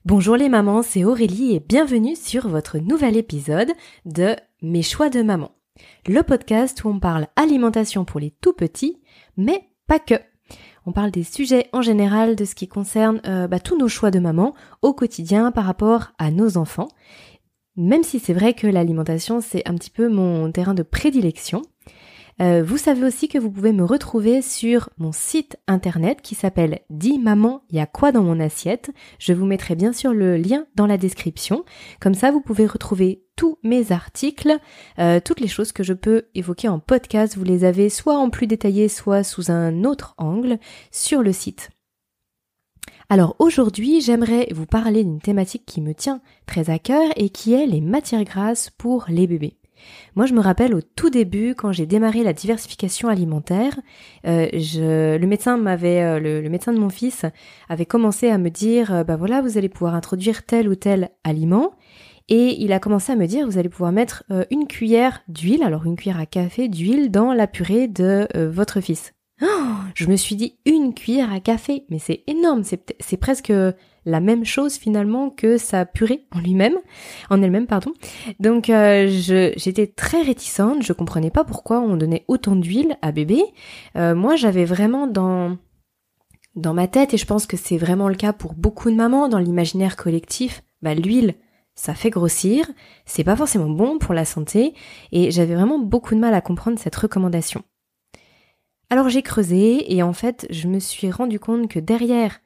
Bonjour les mamans, c'est Aurélie et bienvenue sur votre nouvel épisode de Mes choix de maman. Le podcast où on parle alimentation pour les tout petits, mais pas que. On parle des sujets en général de ce qui concerne tous nos choix de maman au quotidien par rapport à nos enfants. Même si c'est vrai que l'alimentation c'est un petit peu mon terrain de prédilection. Vous savez aussi que vous pouvez me retrouver sur mon site internet qui s'appelle « Dis maman, y a quoi dans mon assiette ?» Je vous mettrai bien sûr le lien dans la description. Comme ça, vous pouvez retrouver tous mes articles, toutes les choses que je peux évoquer en podcast. Vous les avez soit en plus détaillé, soit sous un autre angle sur le site. Alors aujourd'hui, j'aimerais vous parler d'une thématique qui me tient très à cœur et qui est les matières grasses pour les bébés. Moi, je me rappelle au tout début, quand j'ai démarré la diversification alimentaire, le médecin de mon fils avait commencé à me dire, voilà, vous allez pouvoir introduire tel ou tel aliment, et il a commencé à me dire, vous allez pouvoir mettre une cuillère d'huile, alors une cuillère à café d'huile dans la purée de votre fils. Oh, je me suis dit une cuillère à café, mais c'est énorme, c'est presque la même chose finalement que sa purée en elle-même. Donc j'étais très réticente, je comprenais pas pourquoi on donnait autant d'huile à bébé. Moi j'avais vraiment dans ma tête, et je pense que c'est vraiment le cas pour beaucoup de mamans dans l'imaginaire collectif, l'huile ça fait grossir, c'est pas forcément bon pour la santé, et j'avais vraiment beaucoup de mal à comprendre cette recommandation. Alors j'ai creusé et en fait je me suis rendu compte que derrière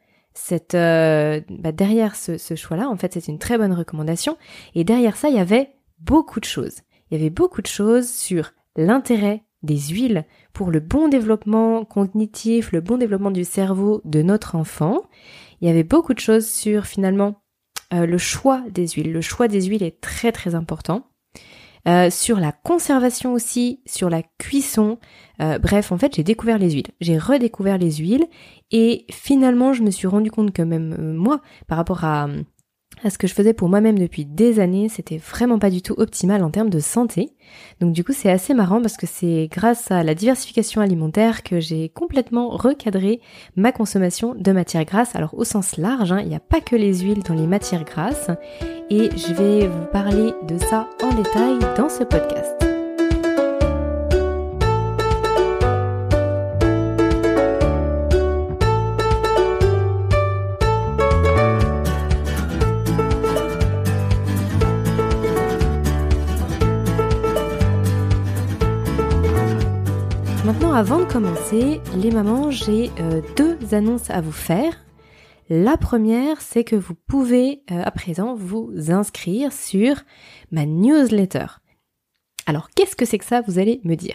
ce choix-là, en fait c'est une très bonne recommandation, et derrière ça il y avait beaucoup de choses. Il y avait beaucoup de choses sur l'intérêt des huiles pour le bon développement cognitif, le bon développement du cerveau de notre enfant. Il y avait beaucoup de choses sur finalement le choix des huiles. Le choix des huiles est très très important. Sur la conservation aussi, sur la cuisson, bref, en fait, j'ai découvert les huiles. J'ai redécouvert les huiles et finalement, je me suis rendu compte que même moi, par rapport à ce que je faisais pour moi-même depuis des années, c'était vraiment pas du tout optimal en termes de santé. Donc du coup, c'est assez marrant parce que c'est grâce à la diversification alimentaire que j'ai complètement recadré ma consommation de matières grasses. Alors au sens large, il n'y a pas que les huiles dans les matières grasses. Et je vais vous parler de ça en détail dans ce podcast. Maintenant, avant de commencer, les mamans, j'ai deux annonces à vous faire. La première, c'est que vous pouvez à présent vous inscrire sur ma newsletter. Alors, qu'est-ce que c'est que ça, vous allez me dire ?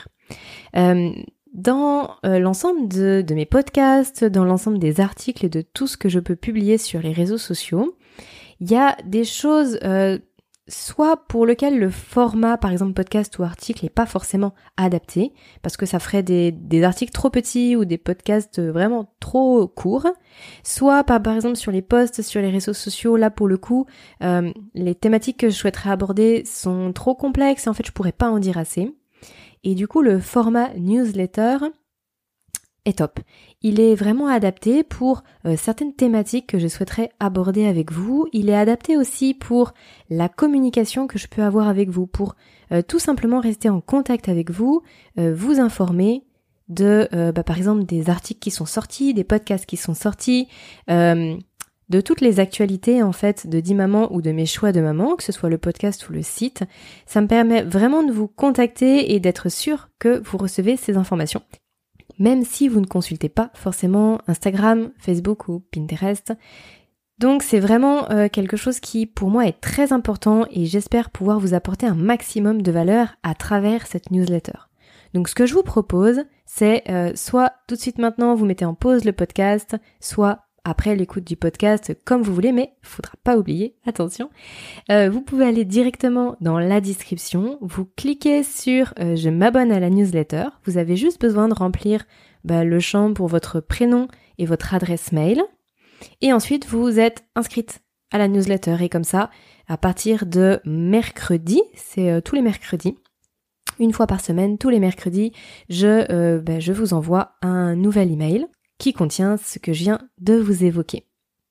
Dans l'ensemble de mes podcasts, dans l'ensemble des articles et de tout ce que je peux publier sur les réseaux sociaux, il y a des choses soit pour lequel le format, par exemple podcast ou article, n'est pas forcément adapté, parce que ça ferait des articles trop petits ou des podcasts vraiment trop courts, soit par exemple sur les posts, sur les réseaux sociaux, là pour le coup, les thématiques que je souhaiterais aborder sont trop complexes et en fait je pourrais pas en dire assez. Et du coup le format newsletter est top. Il est vraiment adapté pour certaines thématiques que je souhaiterais aborder avec vous. Il est adapté aussi pour la communication que je peux avoir avec vous, pour tout simplement rester en contact avec vous, vous informer de, par exemple, des articles qui sont sortis, des podcasts qui sont sortis, de toutes les actualités en fait de Dis maman ou de mes choix de maman, que ce soit le podcast ou le site. Ça me permet vraiment de vous contacter et d'être sûr que vous recevez ces informations. Même si vous ne consultez pas forcément Instagram, Facebook ou Pinterest. Donc c'est vraiment quelque chose qui pour moi est très important et j'espère pouvoir vous apporter un maximum de valeur à travers cette newsletter. Donc ce que je vous propose, c'est soit tout de suite maintenant vous mettez en pause le podcast, soit après l'écoute du podcast comme vous voulez, mais faudra pas oublier, attention, vous pouvez aller directement dans la description, vous cliquez sur je m'abonne à la newsletter, vous avez juste besoin de remplir le champ pour votre prénom et votre adresse mail, et ensuite vous êtes inscrite à la newsletter, et comme ça, à partir de mercredi, c'est tous les mercredis, une fois par semaine, tous les mercredis, je vous envoie un nouvel email qui contient ce que je viens de vous évoquer.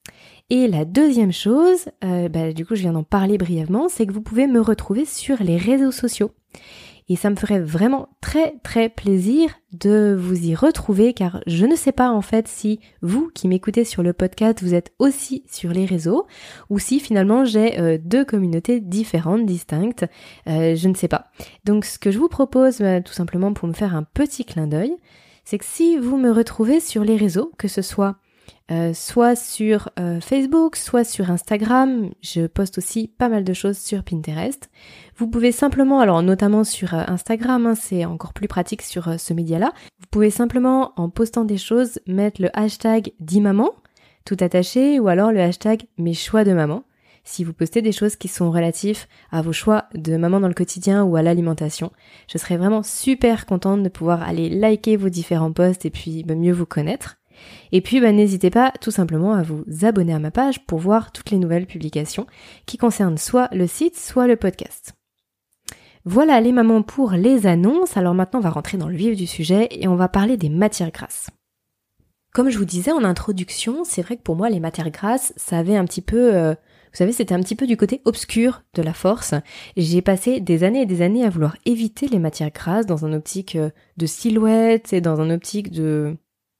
Et la deuxième chose, du coup je viens d'en parler brièvement, c'est que vous pouvez me retrouver sur les réseaux sociaux. Et ça me ferait vraiment très très plaisir de vous y retrouver, car je ne sais pas en fait si vous qui m'écoutez sur le podcast, vous êtes aussi sur les réseaux, ou si finalement j'ai deux communautés différentes, distinctes, je ne sais pas. Donc ce que je vous propose, tout simplement pour me faire un petit clin d'œil, c'est que si vous me retrouvez sur les réseaux, que ce soit soit sur Facebook, soit sur Instagram, je poste aussi pas mal de choses sur Pinterest. Vous pouvez simplement, alors notamment sur Instagram, c'est encore plus pratique sur ce média-là, vous pouvez simplement en postant des choses mettre le hashtag #DisMaman, tout attaché, ou alors le hashtag mes choix de maman, si vous postez des choses qui sont relatives à vos choix de maman dans le quotidien ou à l'alimentation. Je serais vraiment super contente de pouvoir aller liker vos différents posts et puis mieux vous connaître. Et puis n'hésitez pas tout simplement à vous abonner à ma page pour voir toutes les nouvelles publications qui concernent soit le site, soit le podcast. Voilà les mamans pour les annonces. Alors maintenant on va rentrer dans le vif du sujet et on va parler des matières grasses. Comme je vous disais en introduction, c'est vrai que pour moi les matières grasses, ça avait un petit peu... vous savez, c'était un petit peu du côté obscur de la force. J'ai passé des années et des années à vouloir éviter les matières grasses dans un optique de silhouette et dans un optique de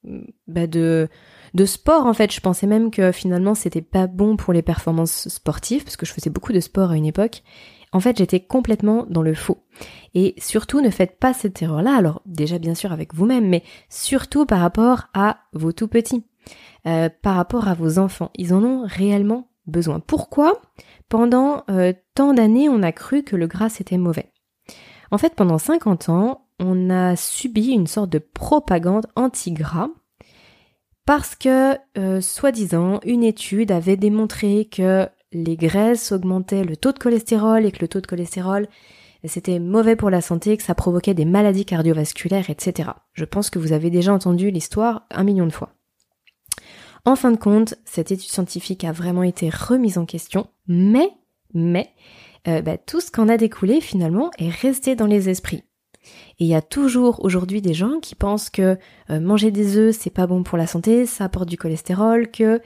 sport en fait. Je pensais même que finalement c'était pas bon pour les performances sportives parce que je faisais beaucoup de sport à une époque. En fait j'étais complètement dans le faux. Et surtout ne faites pas cette erreur-là, alors déjà bien sûr avec vous-même, mais surtout par rapport à vos tout petits, par rapport à vos enfants. Ils en ont réellement besoin. Pourquoi pendant tant d'années on a cru que le gras c'était mauvais? En fait pendant 50 ans on a subi une sorte de propagande anti-gras parce que, soi-disant, une étude avait démontré que les graisses augmentaient le taux de cholestérol et que le taux de cholestérol, c'était mauvais pour la santé, que ça provoquait des maladies cardiovasculaires, etc. Je pense que vous avez déjà entendu l'histoire 1 million de fois. En fin de compte, cette étude scientifique a vraiment été remise en question, mais tout ce qu'en a découlé finalement est resté dans les esprits. Et il y a toujours aujourd'hui des gens qui pensent que manger des œufs c'est pas bon pour la santé, ça apporte du cholestérol, qu'il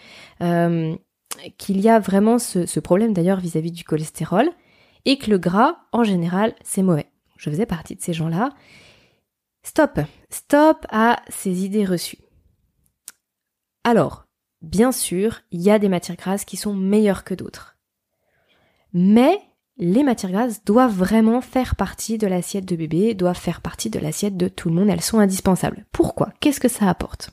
y a vraiment ce problème d'ailleurs vis-à-vis du cholestérol, et que le gras en général c'est mauvais. Je faisais partie de ces gens-là. Stop à ces idées reçues. Alors, bien sûr, il y a des matières grasses qui sont meilleures que d'autres. Mais les matières grasses doivent vraiment faire partie de l'assiette de bébé, doivent faire partie de l'assiette de tout le monde, elles sont indispensables. Pourquoi? Qu'est-ce que ça apporte?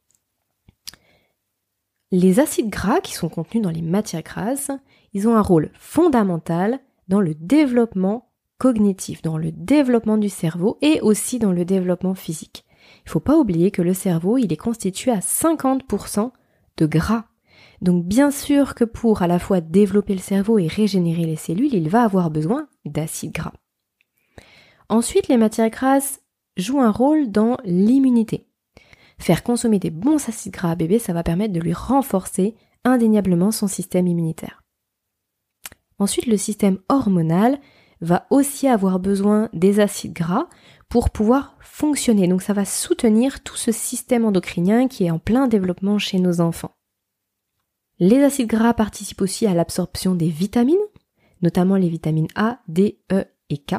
Les acides gras qui sont contenus dans les matières grasses, ils ont un rôle fondamental dans le développement cognitif, dans le développement du cerveau et aussi dans le développement physique. Il ne faut pas oublier que le cerveau, il est constitué à 50% de gras. Donc bien sûr que pour à la fois développer le cerveau et régénérer les cellules, il va avoir besoin d'acides gras. Ensuite, les matières grasses jouent un rôle dans l'immunité. Faire consommer des bons acides gras à bébé, ça va permettre de lui renforcer indéniablement son système immunitaire. Ensuite, le système hormonal va aussi avoir besoin des acides gras pour pouvoir fonctionner. Donc ça va soutenir tout ce système endocrinien qui est en plein développement chez nos enfants. Les acides gras participent aussi à l'absorption des vitamines, notamment les vitamines A, D, E et K.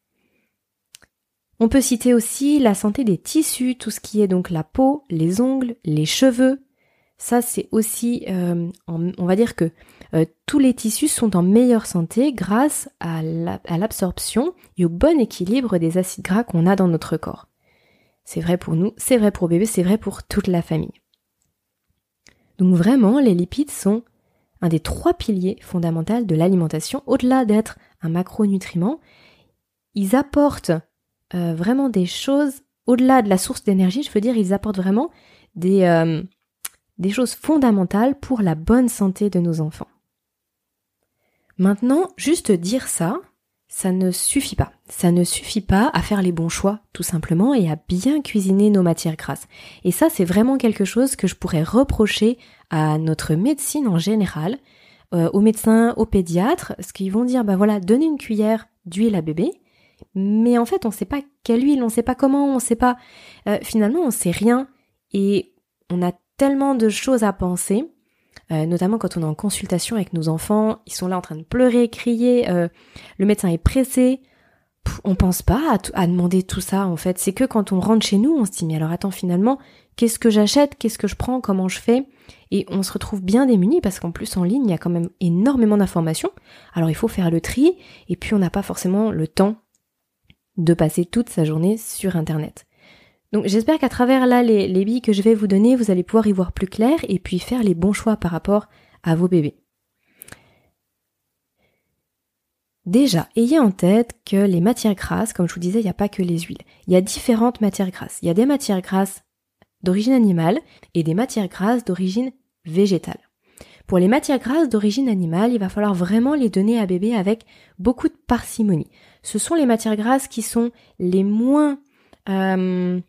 On peut citer aussi la santé des tissus, tout ce qui est donc la peau, les ongles, les cheveux. Ça c'est aussi, on va dire que tous les tissus sont en meilleure santé grâce à l'absorption et au bon équilibre des acides gras qu'on a dans notre corps. C'est vrai pour nous, c'est vrai pour bébé, c'est vrai pour toute la famille. Donc vraiment, les lipides sont un des 3 piliers fondamentaux de l'alimentation. Au-delà d'être un macronutriment, ils apportent vraiment des choses, au-delà de la source d'énergie, je veux dire, ils apportent vraiment des choses fondamentales pour la bonne santé de nos enfants. Maintenant, juste dire ça ne suffit pas. Ça ne suffit pas à faire les bons choix, tout simplement, et à bien cuisiner nos matières grasses. Et ça, c'est vraiment quelque chose que je pourrais reprocher à notre médecine en général, aux médecins, aux pédiatres, parce qu'ils vont dire, donnez une cuillère d'huile à bébé, mais en fait, on sait pas quelle huile, on sait pas comment, on sait pas... finalement, on sait rien, et on a tellement de choses à penser. notamment quand on est en consultation avec nos enfants, ils sont là en train de pleurer, crier, le médecin est pressé. On pense pas à demander tout ça en fait, c'est que quand on rentre chez nous, on se dit mais alors attends finalement, qu'est-ce que j'achète, qu'est-ce que je prends, comment je fais, et on se retrouve bien démunis parce qu'en plus en ligne il y a quand même énormément d'informations, alors il faut faire le tri, et puis on n'a pas forcément le temps de passer toute sa journée sur internet. Donc j'espère qu'à travers là les billes que je vais vous donner, vous allez pouvoir y voir plus clair et puis faire les bons choix par rapport à vos bébés. Déjà, ayez en tête que les matières grasses, comme je vous disais, il n'y a pas que les huiles. Il y a différentes matières grasses. Il y a des matières grasses d'origine animale et des matières grasses d'origine végétale. Pour les matières grasses d'origine animale, il va falloir vraiment les donner à bébé avec beaucoup de parcimonie. Ce sont les matières grasses qui sont les moins, on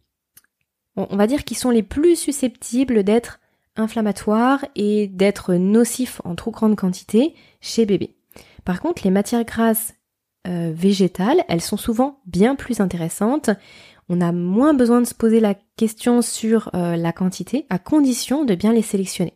va dire qui sont les plus susceptibles d'être inflammatoires et d'être nocifs en trop grande quantité chez bébé. Par contre, les matières grasses végétales, elles sont souvent bien plus intéressantes. On a moins besoin de se poser la question sur la quantité, à condition de bien les sélectionner.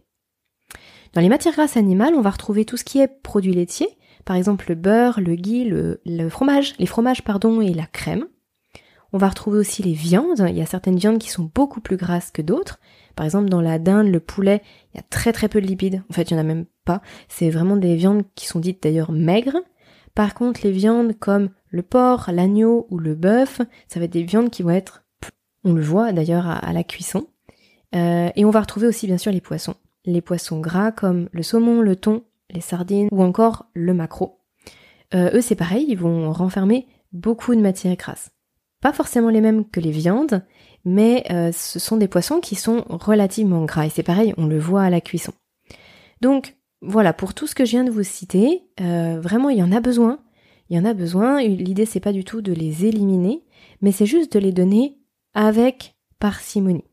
Dans les matières grasses animales, on va retrouver tout ce qui est produits laitiers, par exemple le beurre, le ghee, le fromage, les fromages et la crème. On va retrouver aussi les viandes. Il y a certaines viandes qui sont beaucoup plus grasses que d'autres. Par exemple, dans la dinde, le poulet, il y a très très peu de lipides. En fait, il n'y en a même pas. C'est vraiment des viandes qui sont dites d'ailleurs maigres. Par contre, les viandes comme le porc, l'agneau ou le bœuf, ça va être des viandes qui vont être, on le voit d'ailleurs à la cuisson. Et on va retrouver aussi bien sûr les poissons. Les poissons gras comme le saumon, le thon, les sardines ou encore le maquereau. Eux, c'est pareil, ils vont renfermer beaucoup de matières grasses. Pas forcément les mêmes que les viandes, mais ce sont des poissons qui sont relativement gras. Et c'est pareil, on le voit à la cuisson. Donc voilà, pour tout ce que je viens de vous citer, vraiment il y en a besoin. Il y en a besoin. L'idée c'est pas du tout de les éliminer, mais c'est juste de les donner avec parcimonie.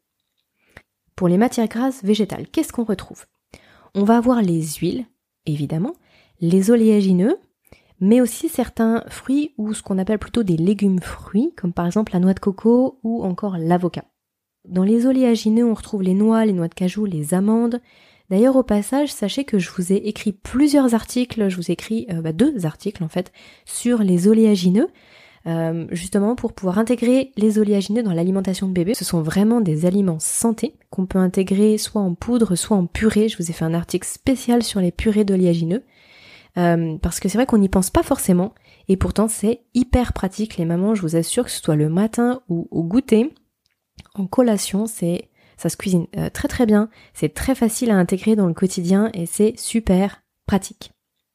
Pour les matières grasses végétales, qu'est-ce qu'on retrouve ? On va avoir les huiles, évidemment, les oléagineux, mais aussi certains fruits ou ce qu'on appelle plutôt des légumes fruits, comme par exemple la noix de coco ou encore l'avocat. Dans les oléagineux, on retrouve les noix de cajou, les amandes. D'ailleurs, au passage, sachez que je vous ai écrit plusieurs articles, je vous ai écrit 2 articles en fait, sur les oléagineux, justement pour pouvoir intégrer les oléagineux dans l'alimentation de bébé. Ce sont vraiment des aliments santé qu'on peut intégrer soit en poudre, soit en purée. Je vous ai fait un article spécial sur les purées d'oléagineux. Parce que c'est vrai qu'on n'y pense pas forcément et pourtant c'est hyper pratique les mamans, je vous assure que ce soit le matin ou au goûter, en collation, ça se cuisine très très bien, c'est très facile à intégrer dans le quotidien et c'est super pratique.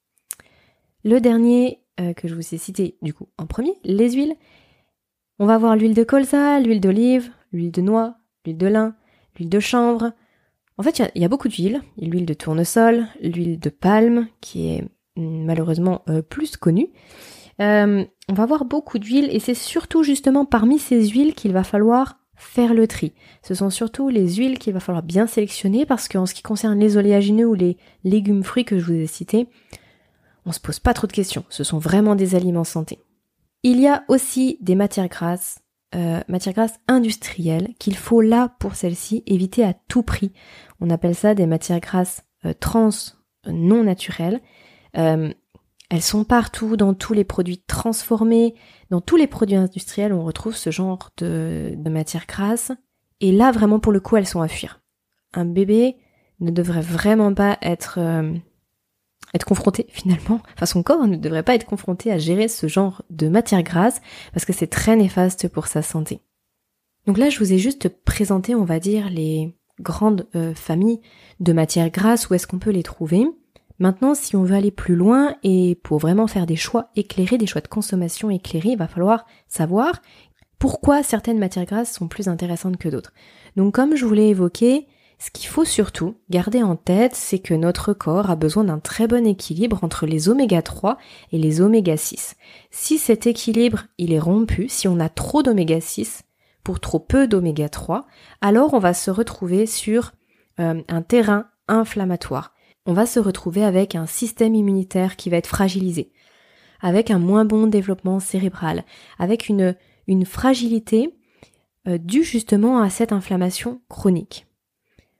Le dernier que je vous ai cité du coup en premier, les huiles. On va avoir l'huile de colza, l'huile d'olive, l'huile de noix, l'huile de lin, l'huile de chanvre. En fait il y a beaucoup d'huiles, il y a l'huile de tournesol, l'huile de palme qui est malheureusement plus connue. On va avoir beaucoup d'huiles et c'est surtout justement parmi ces huiles qu'il va falloir faire le tri. Ce sont surtout les huiles qu'il va falloir bien sélectionner parce qu'en ce qui concerne les oléagineux ou les légumes fruits que je vous ai cités, on se pose pas trop de questions. Ce sont vraiment des aliments santé. Il y a aussi des matières grasses industrielles qu'il faut là pour celles-ci éviter à tout prix. On appelle ça des matières grasses trans non naturelles. Elles sont partout dans tous les produits transformés, dans tous les produits industriels on retrouve ce genre de matières grasses et là vraiment pour le coup elles sont à fuir. Un bébé ne devrait vraiment pas être confronté finalement, enfin son corps ne devrait pas être confronté à gérer ce genre de matières grasses parce que c'est très néfaste pour sa santé. Donc là je vous ai juste présenté on va dire les grandes familles de matières grasses, où est-ce qu'on peut les trouver. Maintenant, si on veut aller plus loin et pour vraiment faire des choix éclairés, des choix de consommation éclairés, il va falloir savoir pourquoi certaines matières grasses sont plus intéressantes que d'autres. Donc comme je vous l'ai évoqué, ce qu'il faut surtout garder en tête, c'est que notre corps a besoin d'un très bon équilibre entre les oméga 3 et les oméga 6. Si cet équilibre il est rompu, si on a trop d'oméga 6 pour trop peu d'oméga 3, alors on va se retrouver sur un terrain inflammatoire. On va se retrouver avec un système immunitaire qui va être fragilisé, avec un moins bon développement cérébral, avec une fragilité due justement à cette inflammation chronique.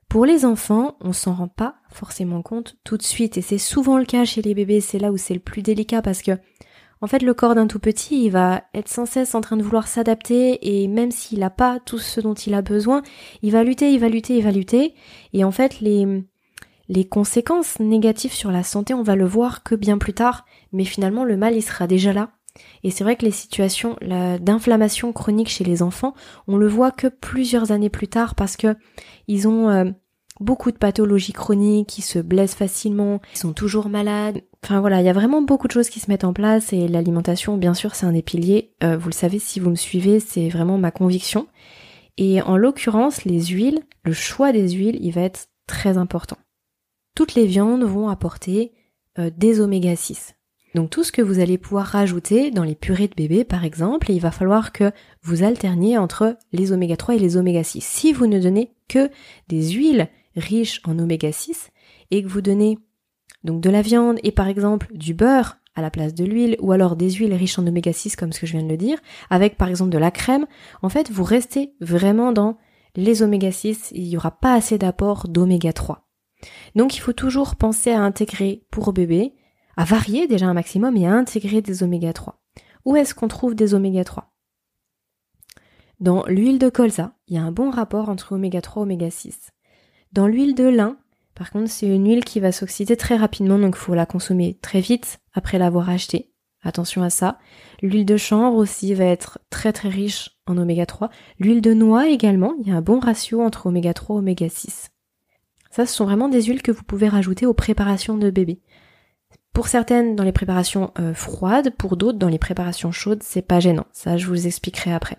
Pour les enfants, on s'en rend pas forcément compte tout de suite et c'est souvent le cas chez les bébés, c'est là où c'est le plus délicat parce que en fait le corps d'un tout petit, il va être sans cesse en train de vouloir s'adapter et même s'il n'a pas tout ce dont il a besoin, il va lutter et en fait les conséquences négatives sur la santé, on va le voir que bien plus tard, mais finalement le mal il sera déjà là. Et c'est vrai que les situations d'inflammation chronique chez les enfants, on le voit que plusieurs années plus tard parce que ils ont beaucoup de pathologies chroniques, ils se blessent facilement, ils sont toujours malades. Enfin voilà, il y a vraiment beaucoup de choses qui se mettent en place et l'alimentation, bien sûr, c'est un des piliers. Vous le savez, si vous me suivez, c'est vraiment ma conviction. Et en l'occurrence, les huiles, le choix des huiles, il va être très important. Toutes les viandes vont apporter des oméga 6. Donc tout ce que vous allez pouvoir rajouter dans les purées de bébé par exemple, et il va falloir que vous alterniez entre les oméga 3 et les oméga 6. Si vous ne donnez que des huiles riches en oméga 6 et que vous donnez donc de la viande et par exemple du beurre à la place de l'huile ou alors des huiles riches en oméga 6 comme ce que je viens de le dire, avec par exemple de la crème, en fait vous restez vraiment dans les oméga 6, il n'y aura pas assez d'apport d'oméga 3. Donc il faut toujours penser à intégrer pour bébé, à varier déjà un maximum et à intégrer des oméga 3. Où est-ce qu'on trouve des oméga 3 ? Dans l'huile de colza, il y a un bon rapport entre oméga 3 et oméga 6. Dans l'huile de lin, par contre, c'est une huile qui va s'oxyder très rapidement, donc il faut la consommer très vite après l'avoir achetée. Attention à ça. L'huile de chanvre aussi va être très très riche en oméga 3. L'huile de noix également, il y a un bon ratio entre oméga 3 et oméga 6. Ça, ce sont vraiment des huiles que vous pouvez rajouter aux préparations de bébé. Pour certaines, dans les préparations froides, pour d'autres, dans les préparations chaudes, c'est pas gênant. Ça, je vous expliquerai après.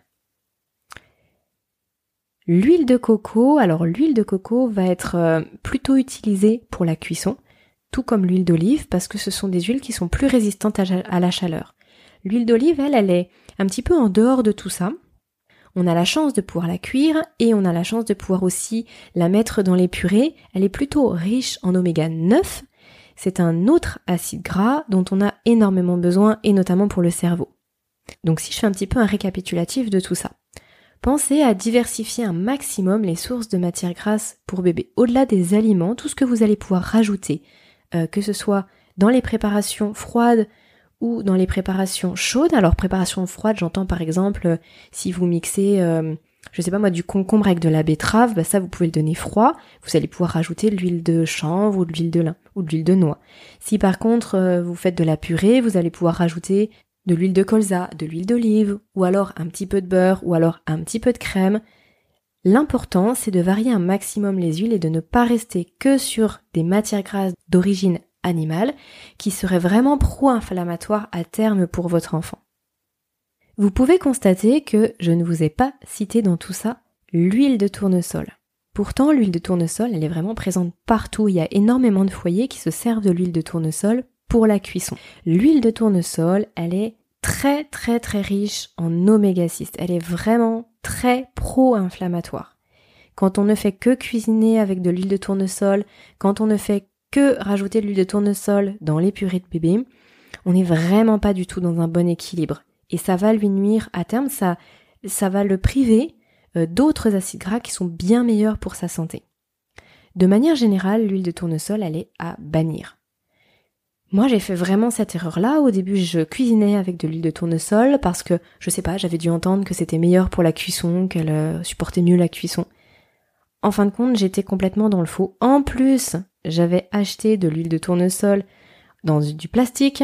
L'huile de coco, alors l'huile de coco va être plutôt utilisée pour la cuisson, tout comme l'huile d'olive, parce que ce sont des huiles qui sont plus résistantes à la chaleur. L'huile d'olive, elle est un petit peu en dehors de tout ça. On a la chance de pouvoir la cuire et on a la chance de pouvoir aussi la mettre dans les purées. Elle est plutôt riche en oméga 9. C'est un autre acide gras dont on a énormément besoin et notamment pour le cerveau. Donc si je fais un petit peu un récapitulatif de tout ça. Pensez à diversifier un maximum les sources de matières grasses pour bébé. Au-delà des aliments, tout ce que vous allez pouvoir rajouter, que ce soit dans les préparations froides ou dans les préparations chaudes. Alors préparation froide, j'entends par exemple si vous mixez je sais pas moi, du concombre avec de la betterave, bah ça vous pouvez le donner froid, vous allez pouvoir rajouter de l'huile de chanvre ou de l'huile de lin ou de l'huile de noix. Si par contre vous faites de la purée, vous allez pouvoir rajouter de l'huile de colza, de l'huile d'olive ou alors un petit peu de beurre ou alors un petit peu de crème. L'important c'est de varier un maximum les huiles et de ne pas rester que sur des matières grasses d'origine animale qui seraient vraiment pro-inflammatoires à terme pour votre enfant. Vous pouvez constater que je ne vous ai pas cité dans tout ça l'huile de tournesol. Pourtant, l'huile de tournesol, elle est vraiment présente partout. Il y a énormément de foyers qui se servent de l'huile de tournesol pour la cuisson. L'huile de tournesol, elle est très très très riche en oméga 6. Elle est vraiment très pro-inflammatoire. Quand on ne fait que cuisiner avec de l'huile de tournesol, quand on ne fait que rajouter de l'huile de tournesol dans les purées de bébé, on n'est vraiment pas du tout dans un bon équilibre. Et ça va lui nuire à terme, ça va le priver d'autres acides gras qui sont bien meilleurs pour sa santé. De manière générale, l'huile de tournesol, elle est à bannir. Moi, j'ai fait vraiment cette erreur-là. Au début, je cuisinais avec de l'huile de tournesol parce que, je sais pas, j'avais dû entendre que c'était meilleur pour la cuisson, qu'elle supportait mieux la cuisson. En fin de compte, j'étais complètement dans le faux. En plus, j'avais acheté de l'huile de tournesol dans du plastique.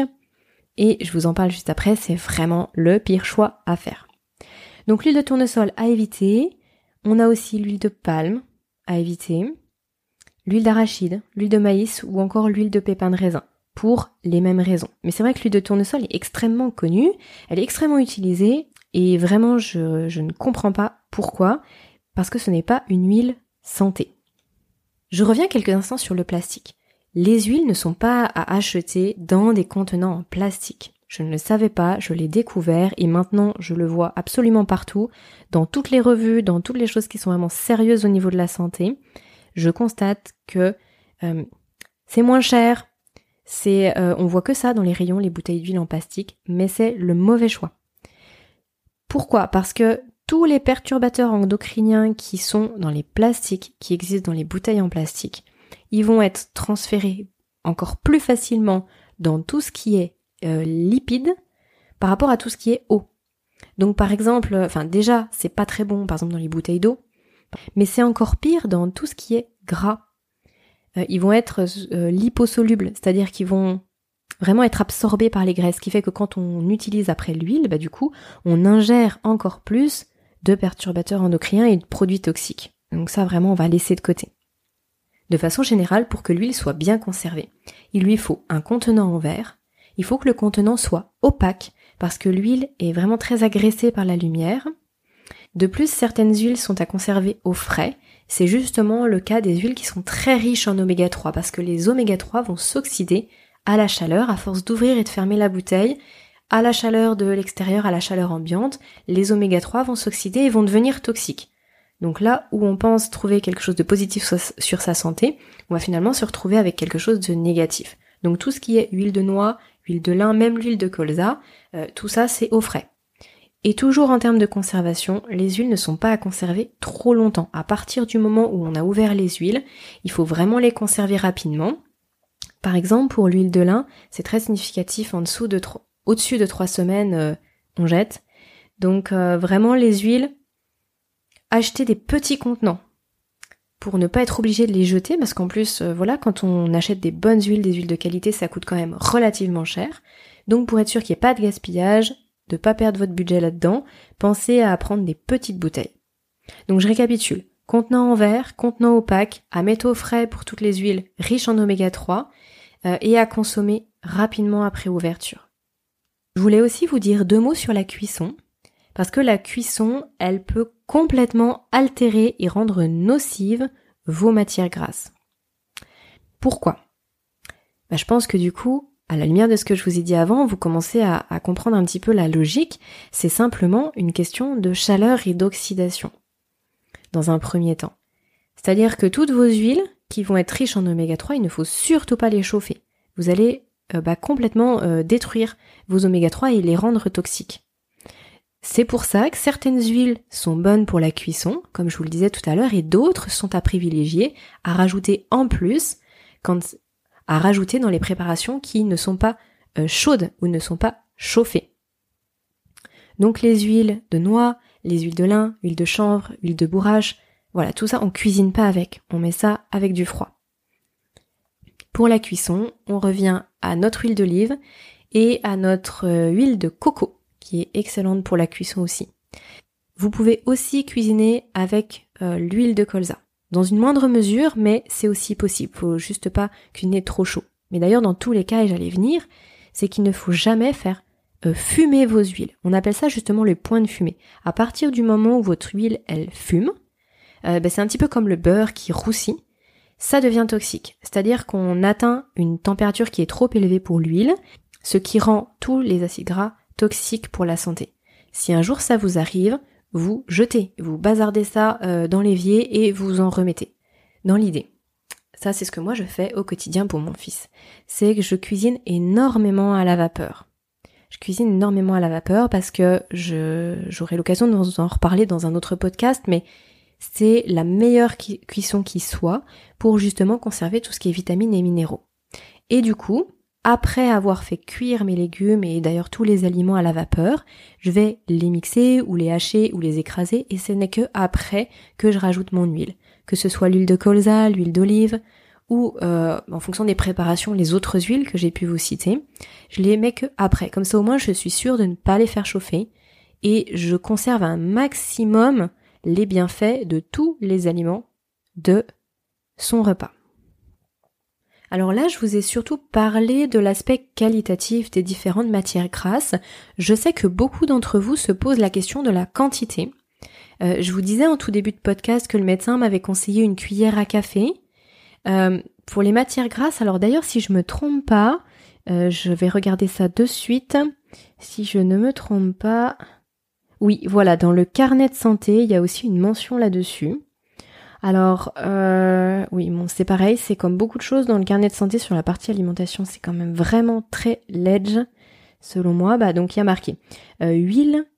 Et je vous en parle juste après, c'est vraiment le pire choix à faire. Donc l'huile de tournesol à éviter, on a aussi l'huile de palme à éviter, l'huile d'arachide, l'huile de maïs ou encore l'huile de pépins de raisin, pour les mêmes raisons. Mais c'est vrai que l'huile de tournesol est extrêmement connue, elle est extrêmement utilisée, et vraiment je ne comprends pas pourquoi, parce que ce n'est pas une huile santé. Je reviens quelques instants sur le plastique. Les huiles ne sont pas à acheter dans des contenants en plastique. Je ne le savais pas, je l'ai découvert et maintenant je le vois absolument partout, dans toutes les revues, dans toutes les choses qui sont vraiment sérieuses au niveau de la santé. Je constate que c'est moins cher, on voit que ça dans les rayons, les bouteilles d'huile en plastique, mais c'est le mauvais choix. Pourquoi ? Parce que tous les perturbateurs endocriniens qui sont dans les plastiques, qui existent dans les bouteilles en plastique, ils vont être transférés encore plus facilement dans tout ce qui est lipides par rapport à tout ce qui est eau. Donc par exemple, déjà c'est pas très bon par exemple dans les bouteilles d'eau, mais c'est encore pire dans tout ce qui est gras. Ils vont être liposolubles, c'est-à-dire qu'ils vont vraiment être absorbés par les graisses, ce qui fait que quand on utilise après l'huile, du coup, on ingère encore plus de perturbateurs endocriniens et de produits toxiques. Donc ça vraiment on va laisser de côté. De façon générale, pour que l'huile soit bien conservée, il lui faut un contenant en verre, il faut que le contenant soit opaque, parce que l'huile est vraiment très agressée par la lumière. De plus, certaines huiles sont à conserver au frais. C'est justement le cas des huiles qui sont très riches en oméga 3, parce que les oméga 3 vont s'oxyder à la chaleur, à force d'ouvrir et de fermer la bouteille, à la chaleur de l'extérieur, à la chaleur ambiante, les oméga 3 vont s'oxyder et vont devenir toxiques. Donc là où on pense trouver quelque chose de positif sur sa santé, on va finalement se retrouver avec quelque chose de négatif. Donc tout ce qui est huile de noix, huile de lin, même l'huile de colza, tout ça c'est au frais. Et toujours en termes de conservation, les huiles ne sont pas à conserver trop longtemps. À partir du moment où on a ouvert les huiles, il faut vraiment les conserver rapidement. Par exemple, pour l'huile de lin, c'est très significatif, au-dessus de 3 semaines, on jette. Donc vraiment les huiles, achetez des petits contenants pour ne pas être obligé de les jeter, parce qu'en plus, quand on achète des bonnes huiles, des huiles de qualité, ça coûte quand même relativement cher. Donc pour être sûr qu'il n'y ait pas de gaspillage, de pas perdre votre budget là-dedans, pensez à prendre des petites bouteilles. Donc je récapitule. Contenant en verre, contenant opaque, à mettre au frais pour toutes les huiles riches en oméga 3 et à consommer rapidement après ouverture. Je voulais aussi vous dire 2 mots sur la cuisson, parce que la cuisson, elle peut complètement altérer et rendre nocive vos matières grasses. Pourquoi ? Je pense que du coup, à la lumière de ce que je vous ai dit avant, vous commencez à comprendre un petit peu la logique. C'est simplement une question de chaleur et d'oxydation, dans un premier temps. C'est-à-dire que toutes vos huiles qui vont être riches en oméga 3, il ne faut surtout pas les chauffer. Vous allez complètement détruire vos oméga 3 et les rendre toxiques. C'est pour ça que certaines huiles sont bonnes pour la cuisson, comme je vous le disais tout à l'heure, et d'autres sont à privilégier, à rajouter en plus, à rajouter dans les préparations qui ne sont pas chaudes ou ne sont pas chauffées. Donc les huiles de noix, les huiles de lin, huile de chanvre, huile de bourrache, voilà, tout ça on cuisine pas avec, on met ça avec du froid. Pour la cuisson, on revient à notre huile d'olive et à notre huile de coco, qui est excellente pour la cuisson aussi. Vous pouvez aussi cuisiner avec l'huile de colza. Dans une moindre mesure, mais c'est aussi possible. Faut juste pas cuisiner trop chaud. Mais d'ailleurs, dans tous les cas, et j'allais venir, c'est qu'il ne faut jamais faire fumer vos huiles. On appelle ça justement le point de fumée. À partir du moment où votre huile, elle fume, c'est un petit peu comme le beurre qui roussit, ça devient toxique. C'est-à-dire qu'on atteint une température qui est trop élevée pour l'huile, ce qui rend tous les acides gras toxiques pour la santé. Si un jour ça vous arrive, vous jetez, vous bazardez ça dans l'évier et vous en remettez. Dans l'idée. Ça, c'est ce que moi je fais au quotidien pour mon fils. C'est que je cuisine énormément à la vapeur. Je cuisine énormément à la vapeur parce que j'aurai l'occasion de vous en reparler dans un autre podcast, mais c'est la meilleure cuisson qui soit pour justement conserver tout ce qui est vitamines et minéraux. Et du coup, après avoir fait cuire mes légumes et d'ailleurs tous les aliments à la vapeur, je vais les mixer ou les hacher ou les écraser et ce n'est que après que je rajoute mon huile. Que ce soit l'huile de colza, l'huile d'olive ou en fonction des préparations, les autres huiles que j'ai pu vous citer, je les mets que après. Comme ça au moins je suis sûre de ne pas les faire chauffer et je conserve un maximum les bienfaits de tous les aliments de son repas. Alors là, je vous ai surtout parlé de l'aspect qualitatif des différentes matières grasses. Je sais que beaucoup d'entre vous se posent la question de la quantité. Je vous disais en tout début de podcast que le médecin m'avait conseillé une cuillère à café. Pour les matières grasses, alors d'ailleurs si je me trompe pas, je vais regarder ça de suite. Si je ne me trompe pas... Oui, voilà, dans le carnet de santé, il y a aussi une mention là-dessus. Alors, oui, bon, c'est pareil, c'est comme beaucoup de choses dans le carnet de santé sur la partie alimentation, c'est quand même vraiment très ledge, selon moi. Donc il y a marqué huile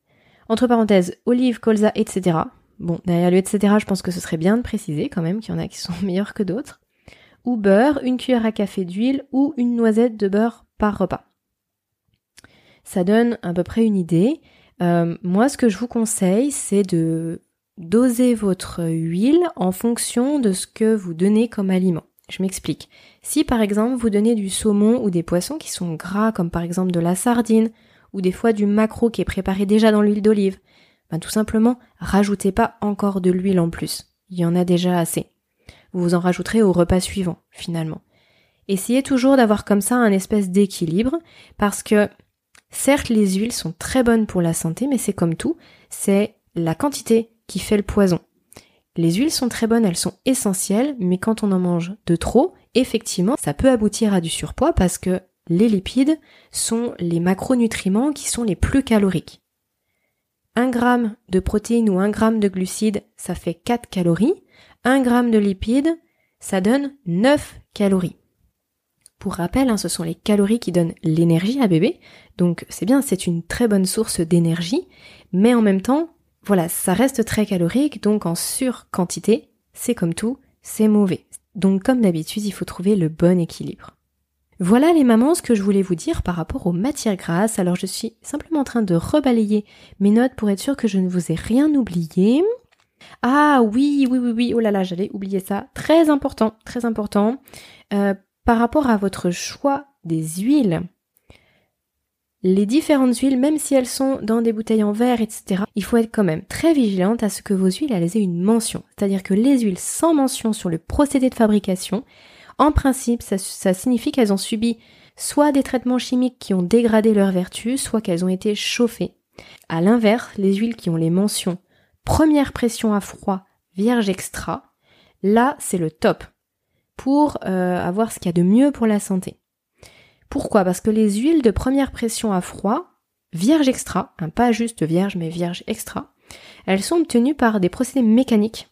Entre parenthèses, olive, colza, etc. Bon, derrière le etc, je pense que ce serait bien de préciser quand même qu'il y en a qui sont meilleurs que d'autres. Ou beurre, une cuillère à café d'huile ou une noisette de beurre par repas. Ça donne à peu près une idée. Moi, ce que je vous conseille, c'est de doser votre huile en fonction de ce que vous donnez comme aliment. Je m'explique. Si par exemple vous donnez du saumon ou des poissons qui sont gras, comme par exemple de la sardine, ou des fois du maquereau qui est préparé déjà dans l'huile d'olive, tout simplement, rajoutez pas encore de l'huile en plus. Il y en a déjà assez. Vous en rajouterez au repas suivant, finalement. Essayez toujours d'avoir comme ça un espèce d'équilibre, parce que certes, les huiles sont très bonnes pour la santé, mais c'est comme tout, c'est la quantité qui fait le poison. Les huiles sont très bonnes, elles sont essentielles, mais quand on en mange de trop, effectivement, ça peut aboutir à du surpoids parce que les lipides sont les macronutriments qui sont les plus caloriques. 1 gramme de protéines ou 1 gramme de glucides, ça fait 4 calories. 1 gramme de lipides, ça donne 9 calories. Pour rappel, ce sont les calories qui donnent l'énergie à bébé, donc c'est bien, c'est une très bonne source d'énergie, mais en même temps, voilà, ça reste très calorique, donc en surquantité, c'est comme tout, c'est mauvais. Donc comme d'habitude, il faut trouver le bon équilibre. Voilà les mamans, ce que je voulais vous dire par rapport aux matières grasses. Alors je suis simplement en train de rebalayer mes notes pour être sûre que je ne vous ai rien oublié. Ah oui, oh là là, j'allais oublier ça. Très important. Par rapport à votre choix des huiles, les différentes huiles, même si elles sont dans des bouteilles en verre, etc., il faut être quand même très vigilante à ce que vos huiles elles aient une mention. C'est-à-dire que les huiles sans mention sur le procédé de fabrication, en principe, ça signifie qu'elles ont subi soit des traitements chimiques qui ont dégradé leurs vertus, soit qu'elles ont été chauffées. À l'inverse, les huiles qui ont les mentions première pression à froid, vierge extra, là c'est le top pour avoir ce qu'il y a de mieux pour la santé. Pourquoi ? Parce que les huiles de première pression à froid, vierge extra, pas juste vierge mais vierge extra, elles sont obtenues par des procédés mécaniques,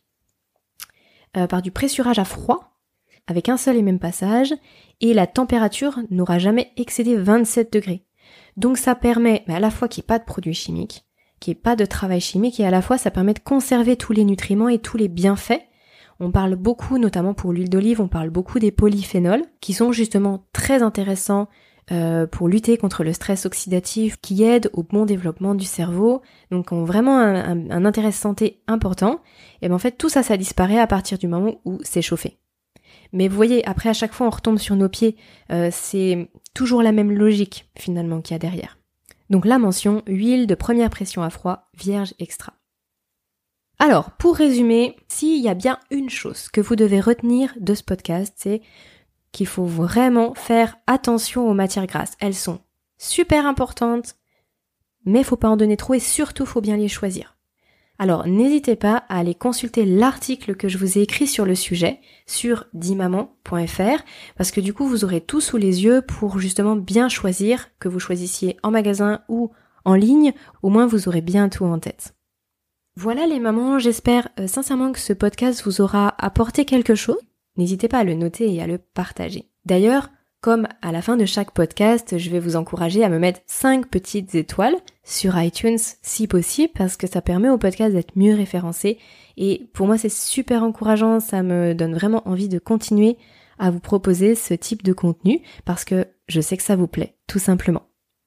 par du pressurage à froid, avec un seul et même passage, et la température n'aura jamais excédé 27 degrés. Donc ça permet à la fois qu'il n'y ait pas de produits chimiques, qu'il n'y ait pas de travail chimique, et à la fois ça permet de conserver tous les nutriments et tous les bienfaits. On parle beaucoup, notamment pour l'huile d'olive, on parle beaucoup des polyphénols, qui sont justement très intéressants pour lutter contre le stress oxydatif, qui aident au bon développement du cerveau, donc ont vraiment un intérêt santé important. Et en fait tout ça disparaît à partir du moment où c'est chauffé. Mais vous voyez, après à chaque fois on retombe sur nos pieds, c'est toujours la même logique finalement qu'il y a derrière. Donc la mention, huile de première pression à froid, vierge extra. Alors, pour résumer, s'il y a bien une chose que vous devez retenir de ce podcast, c'est qu'il faut vraiment faire attention aux matières grasses. Elles sont super importantes, mais faut pas en donner trop et surtout faut bien les choisir. Alors, n'hésitez pas à aller consulter l'article que je vous ai écrit sur le sujet sur dimaman.fr parce que du coup, vous aurez tout sous les yeux pour justement bien choisir, que vous choisissiez en magasin ou en ligne, au moins vous aurez bien tout en tête. Voilà les mamans, j'espère sincèrement que ce podcast vous aura apporté quelque chose. N'hésitez pas à le noter et à le partager. D'ailleurs, comme à la fin de chaque podcast, je vais vous encourager à me mettre 5 petites étoiles sur iTunes si possible parce que ça permet au podcast d'être mieux référencé et pour moi c'est super encourageant, ça me donne vraiment envie de continuer à vous proposer ce type de contenu parce que je sais que ça vous plaît, tout simplement.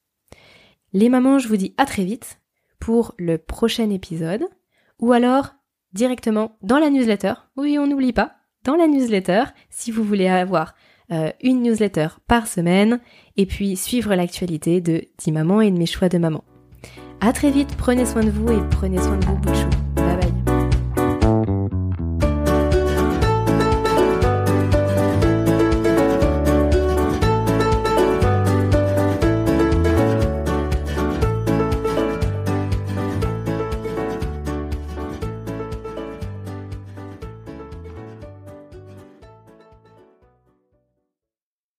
Les mamans, je vous dis à très vite pour le prochain épisode ou alors directement dans la newsletter. Oui, on n'oublie pas, dans la newsletter si vous voulez avoir une newsletter par semaine et puis suivre l'actualité de Dimaman et de mes choix de maman. À très vite, prenez soin de vous et prenez soin de vos bouts de chou.